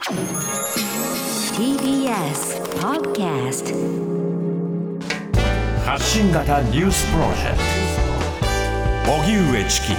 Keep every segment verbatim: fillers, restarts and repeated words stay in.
ティービーエス Podcast 発信型ニュースプロジェクト荻上チキ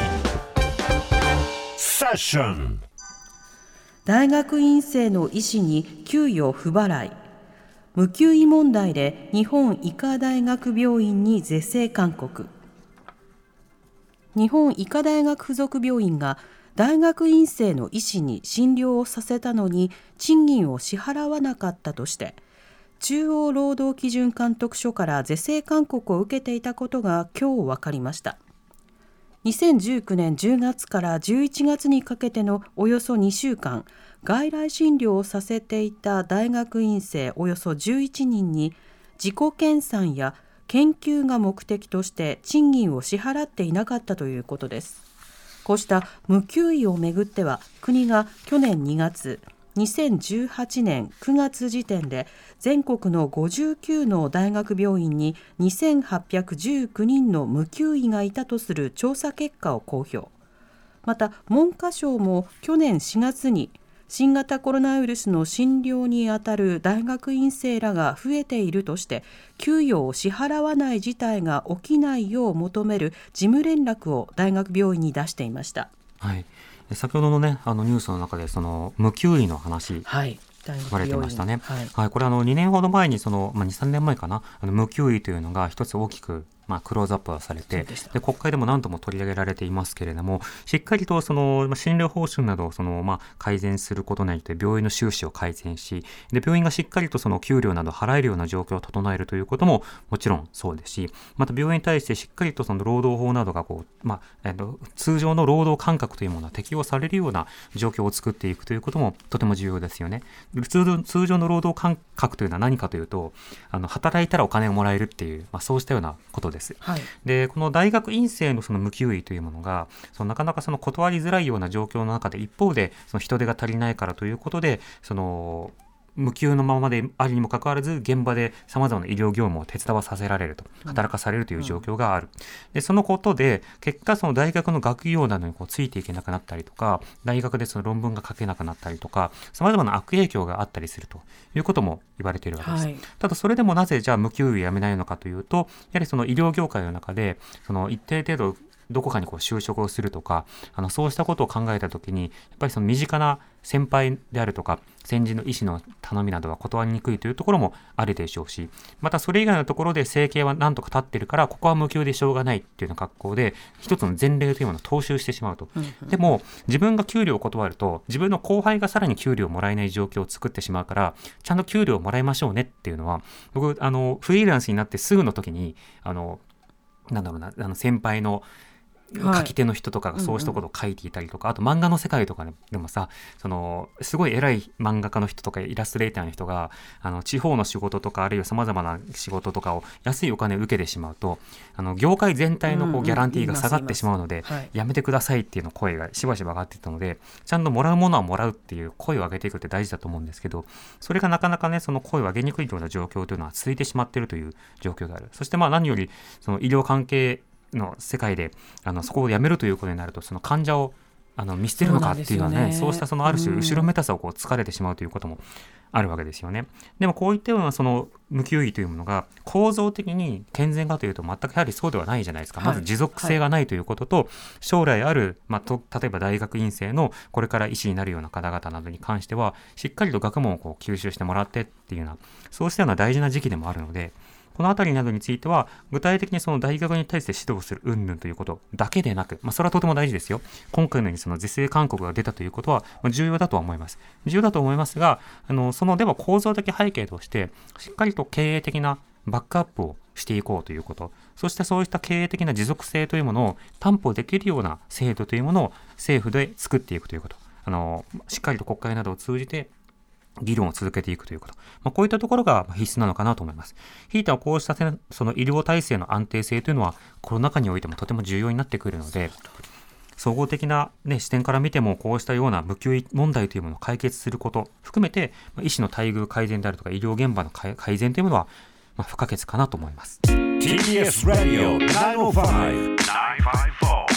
セッション。 大学院生の医師に給与不払い。無給医問題で日本医科大学病院に是正勧告。日本医科大学附属病院が大学院生の医師に診療をさせたのに賃金を支払わなかったとして中央労働基準監督署から是正勧告を受けていたことが今日分かりました。にせんじゅうきゅうねんじゅうがつからじゅういちがつにかけてのおよそにしゅうかん、外来診療をさせていた大学院生およそじゅういちにんに自己研鑽や研究が目的として賃金を支払っていなかったということです。こうした無給医をめぐっては国が去年にがつ、にせんじゅうはちねんくがつ時点で全国のごじゅうきゅうの大学病院ににせんはっぴゃくじゅうきゅうにんの無給医がいたとする調査結果を公表。また文科省も去年しがつに新型コロナウイルスの診療にあたる大学院生らが増えているとして給与を支払わない事態が起きないよう求める事務連絡を大学病院に出していました。 はい、先ほどのねあのニュースの中でその無給医の話、 はい言われてましたね。 はいはい、これあのにねんほど前にその、まあ、にさんねんまえかなあの無給医というのが一つ大きくまあ、クローズアップはされて、で国会でも何度も取り上げられていますけれども、しっかりとその、まあ、診療報酬などをその、まあ、改善することによって病院の収支を改善し、で病院がしっかりとその給料など払えるような状況を整えるということももちろんそうですし、また病院に対してしっかりとその労働法などがこう、まあえっと、通常の労働間隔というものが適用されるような状況を作っていくということもとても重要ですよね。通常、通常の労働間隔というのは何かというと、あの働いたらお金をもらえるっていう、まあ、そうしたようなことです。はい、でこの大学院生のその無給医というものがそのなかなかその断りづらいような状況の中で、一方でその人手が足りないからということでその無給のままであるにもかかわらず現場でさまざまな医療業務を手伝わさせられると、働かされるという状況がある。でそのことで結果その大学の学業などにこうついていけなくなったりとか、大学でその論文が書けなくなったりとか、さまざまな悪影響があったりするということも言われているわけです。はい、ただそれでもなぜじゃあ無給医をやめないのかというと、やはりその医療業界の中でその一定程度どこかにこう就職をするとか、あのそうしたことを考えたときにやっぱりその身近な先輩であるとか先人の医師の頼みなどは断りにくいというところもあるでしょうし、またそれ以外のところで生計は何とか立ってるからここは無給でしょうがないっていうような格好で一つの前例というものを踏襲してしまうと、うんうん、でも自分が給料を断ると自分の後輩がさらに給料をもらえない状況を作ってしまうから、ちゃんと給料をもらいましょうねっていうのは、僕あのフリーランスになってすぐの時にあのなんだろうなあの先輩の書き手の人とかがそうしたことを書いていたりとか、はい、うんうん、あと漫画の世界とかでもさ、そのすごい偉い漫画家の人とかイラストレーターの人があの地方の仕事とかあるいはさまざまな仕事とかを安いお金を受けてしまうと、あの業界全体のこうギャランティーが下がってしまうので、うんうん、やめてくださいっていうの声がしばしば上がっていたので、ちゃんともらうものはもらうっていう声を上げていくって大事だと思うんですけど、それがなかなかねその声を上げにくいような状況というのは続いてしまっているという状況がある。そしてまあ何よりその医療関係の世界であのそこをやめるということになると、その患者をあの見捨てるのかっていうのは ね, そう, そうしたそのある種後ろめたさをこう疲れてしまうということもあるわけですよね。でもこういったようなその無給医というものが構造的に健全かというと全くやはりそうではないじゃないですか。まず持続性がないということと、はいはい、将来ある、まあ、と例えば大学院生のこれから医師になるような方々などに関してはしっかりと学問をこう吸収してもらってっていうような、そうしたような大事な時期でもあるので、このあたりなどについては具体的にその大学に対して指導する云々ということだけでなく、まあ、それはとても大事ですよ。今回のようにその是正勧告が出たということは重要だとは思います重要だと思いますが、あのそのでは構造的背景としてしっかりと経営的なバックアップをしていこうということ、そしてそうした経営的な持続性というものを担保できるような制度というものを政府で作っていくということ、あのしっかりと国会などを通じて議論を続けていくということ、まあ、こういったところが必須なのかなと思います。ひいてはこうしたその医療体制の安定性というのはコロナ禍においてもとても重要になってくるので、総合的な、ね、視点から見てもこうしたような無給医問題というものを解決すること含めて、医師の待遇改善であるとか医療現場の改善というものはまあ不可欠かなと思います。 ティービーエス Radio きゅうまるご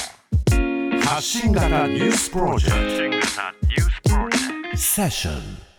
発信型ニュースプロジェクトセッション